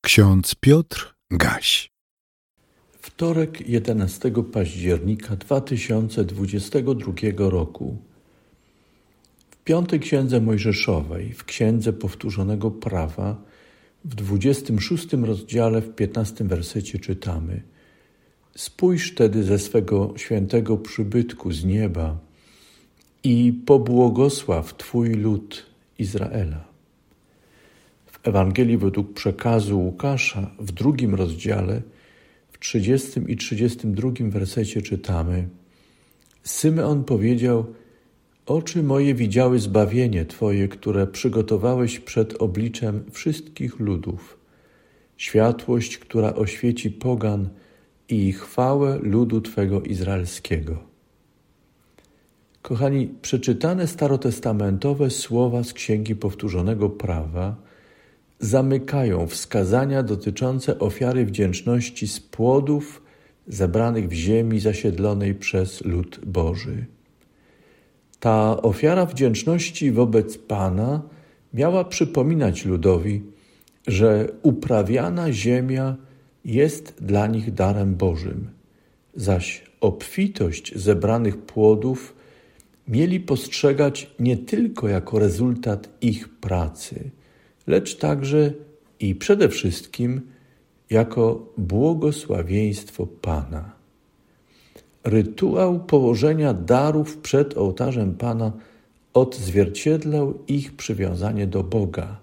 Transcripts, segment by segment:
Ksiądz Piotr Gaś. Wtorek 11 października 2022 roku. W 5 Księdze Mojżeszowej, w Księdze Powtórzonego Prawa, w 26 rozdziale, w 15 wersecie czytamy: Spójrz tedy ze swego świętego przybytku z nieba i pobłogosław Twój lud Izraela. W Ewangelii według przekazu Łukasza w 2 rozdziale, w 30 i 32 wersecie czytamy: Symeon powiedział: Oczy moje widziały zbawienie Twoje, które przygotowałeś przed obliczem wszystkich ludów, światłość, która oświeci pogan i chwałę ludu Twego izraelskiego. Kochani, przeczytane starotestamentowe słowa z Księgi Powtórzonego Prawa zamykają wskazania dotyczące ofiary wdzięczności z płodów zebranych w ziemi zasiedlonej przez lud Boży. Ta ofiara wdzięczności wobec Pana miała przypominać ludowi, że uprawiana ziemia jest dla nich darem Bożym, zaś obfitość zebranych płodów mieli postrzegać nie tylko jako rezultat ich pracy, lecz także i przede wszystkim jako błogosławieństwo Pana. Rytuał położenia darów przed ołtarzem Pana odzwierciedlał ich przywiązanie do Boga,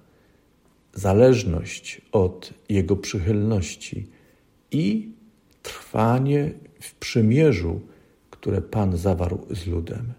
zależność od Jego przychylności i trwanie w przymierzu, które Pan zawarł z ludem.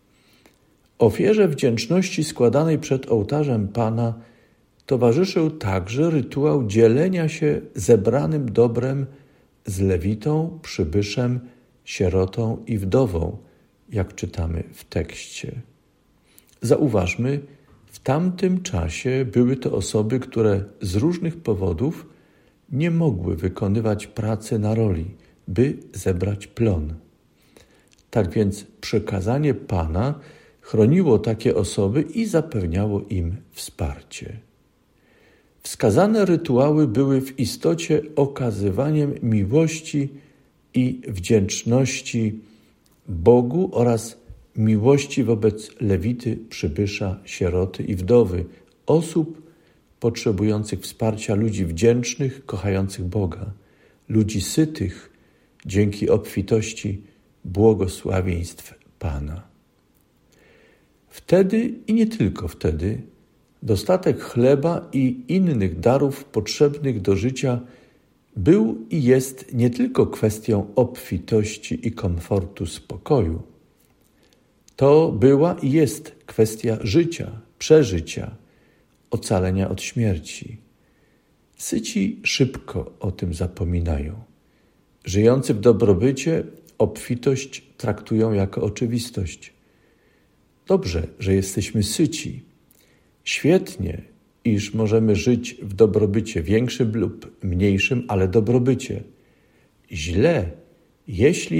Ofierze wdzięczności składanej przed ołtarzem Pana towarzyszył także rytuał dzielenia się zebranym dobrem z lewitą, przybyszem, sierotą i wdową, jak czytamy w tekście. Zauważmy, w tamtym czasie były to osoby, które z różnych powodów nie mogły wykonywać pracy na roli, by zebrać plon. Tak więc przekazanie Pana chroniło takie osoby i zapewniało im wsparcie. Wskazane rytuały były w istocie okazywaniem miłości i wdzięczności Bogu oraz miłości wobec lewity, przybysza, sieroty i wdowy, osób potrzebujących wsparcia, ludzi wdzięcznych, kochających Boga, ludzi sytych dzięki obfitości błogosławieństw Pana. Wtedy i nie tylko wtedy dostatek chleba i innych darów potrzebnych do życia był i jest nie tylko kwestią obfitości i komfortu spokoju. To była i jest kwestia życia, przeżycia, ocalenia od śmierci. Syci szybko o tym zapominają. Żyjący w dobrobycie obfitość traktują jako oczywistość. Dobrze, że jesteśmy syci. Świetnie, iż możemy żyć w dobrobycie większym lub mniejszym, ale dobrobycie. Źle, jeśli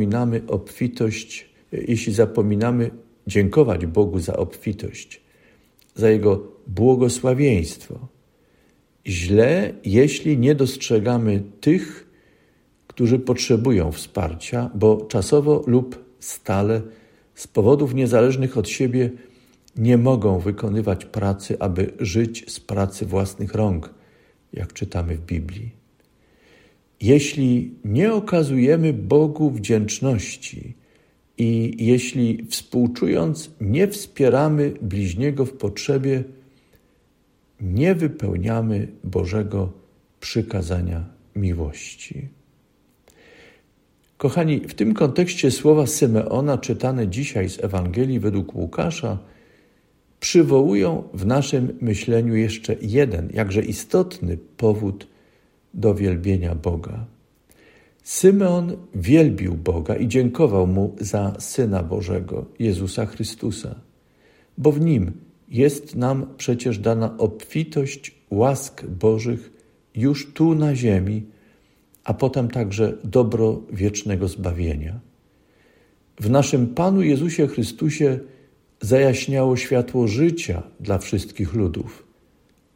zapominamy dziękować Bogu za obfitość, za Jego błogosławieństwo. Źle, jeśli nie dostrzegamy tych, którzy potrzebują wsparcia, bo czasowo lub stale z powodów niezależnych od siebie nie mogą wykonywać pracy, aby żyć z pracy własnych rąk, jak czytamy w Biblii. Jeśli nie okazujemy Bogu wdzięczności i jeśli współczując nie wspieramy bliźniego w potrzebie, nie wypełniamy Bożego przykazania miłości. Kochani, w tym kontekście słowa Symeona czytane dzisiaj z Ewangelii według Łukasza przywołują w naszym myśleniu jeszcze jeden, jakże istotny powód do wielbienia Boga. Symeon wielbił Boga i dziękował Mu za Syna Bożego, Jezusa Chrystusa, bo w Nim jest nam przecież dana obfitość łask Bożych już tu na ziemi, a potem także dobro wiecznego zbawienia. W naszym Panu Jezusie Chrystusie zajaśniało światło życia dla wszystkich ludów,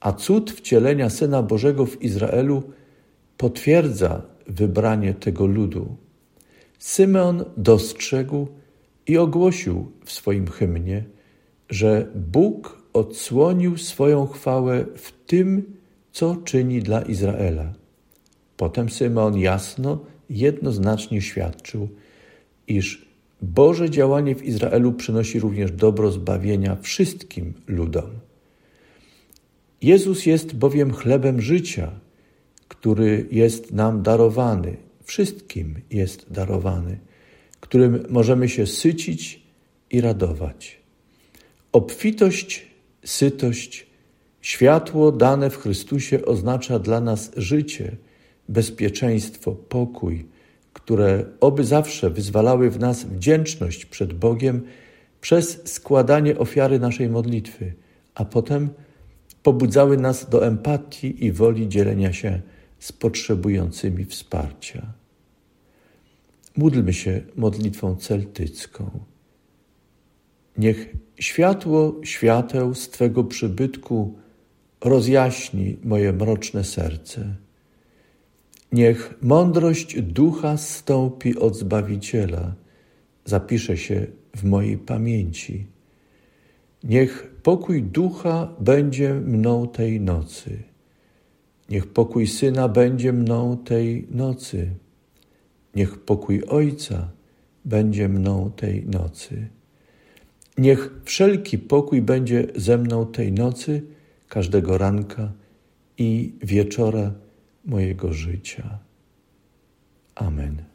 a cud wcielenia Syna Bożego w Izraelu potwierdza wybranie tego ludu. Symeon dostrzegł i ogłosił w swoim hymnie, że Bóg odsłonił swoją chwałę w tym, co czyni dla Izraela. Potem Symeon jasno, jednoznacznie świadczył, iż Boże działanie w Izraelu przynosi również dobro zbawienia wszystkim ludom. Jezus jest bowiem chlebem życia, który jest nam darowany, wszystkim jest darowany, którym możemy się sycić i radować. Obfitość, sytość, światło dane w Chrystusie oznacza dla nas życie, bezpieczeństwo, pokój, które oby zawsze wyzwalały w nas wdzięczność przed Bogiem przez składanie ofiary naszej modlitwy, a potem pobudzały nas do empatii i woli dzielenia się z potrzebującymi wsparcia. Módlmy się modlitwą celtycką. Niech światło świateł z Twego przybytku rozjaśni moje mroczne serce. Niech mądrość ducha zstąpi od Zbawiciela, zapisze się w mojej pamięci. Niech pokój ducha będzie mną tej nocy. Niech pokój Syna będzie mną tej nocy. Niech pokój Ojca będzie mną tej nocy. Niech wszelki pokój będzie ze mną tej nocy, każdego ranka i wieczora mojego życia. Amen.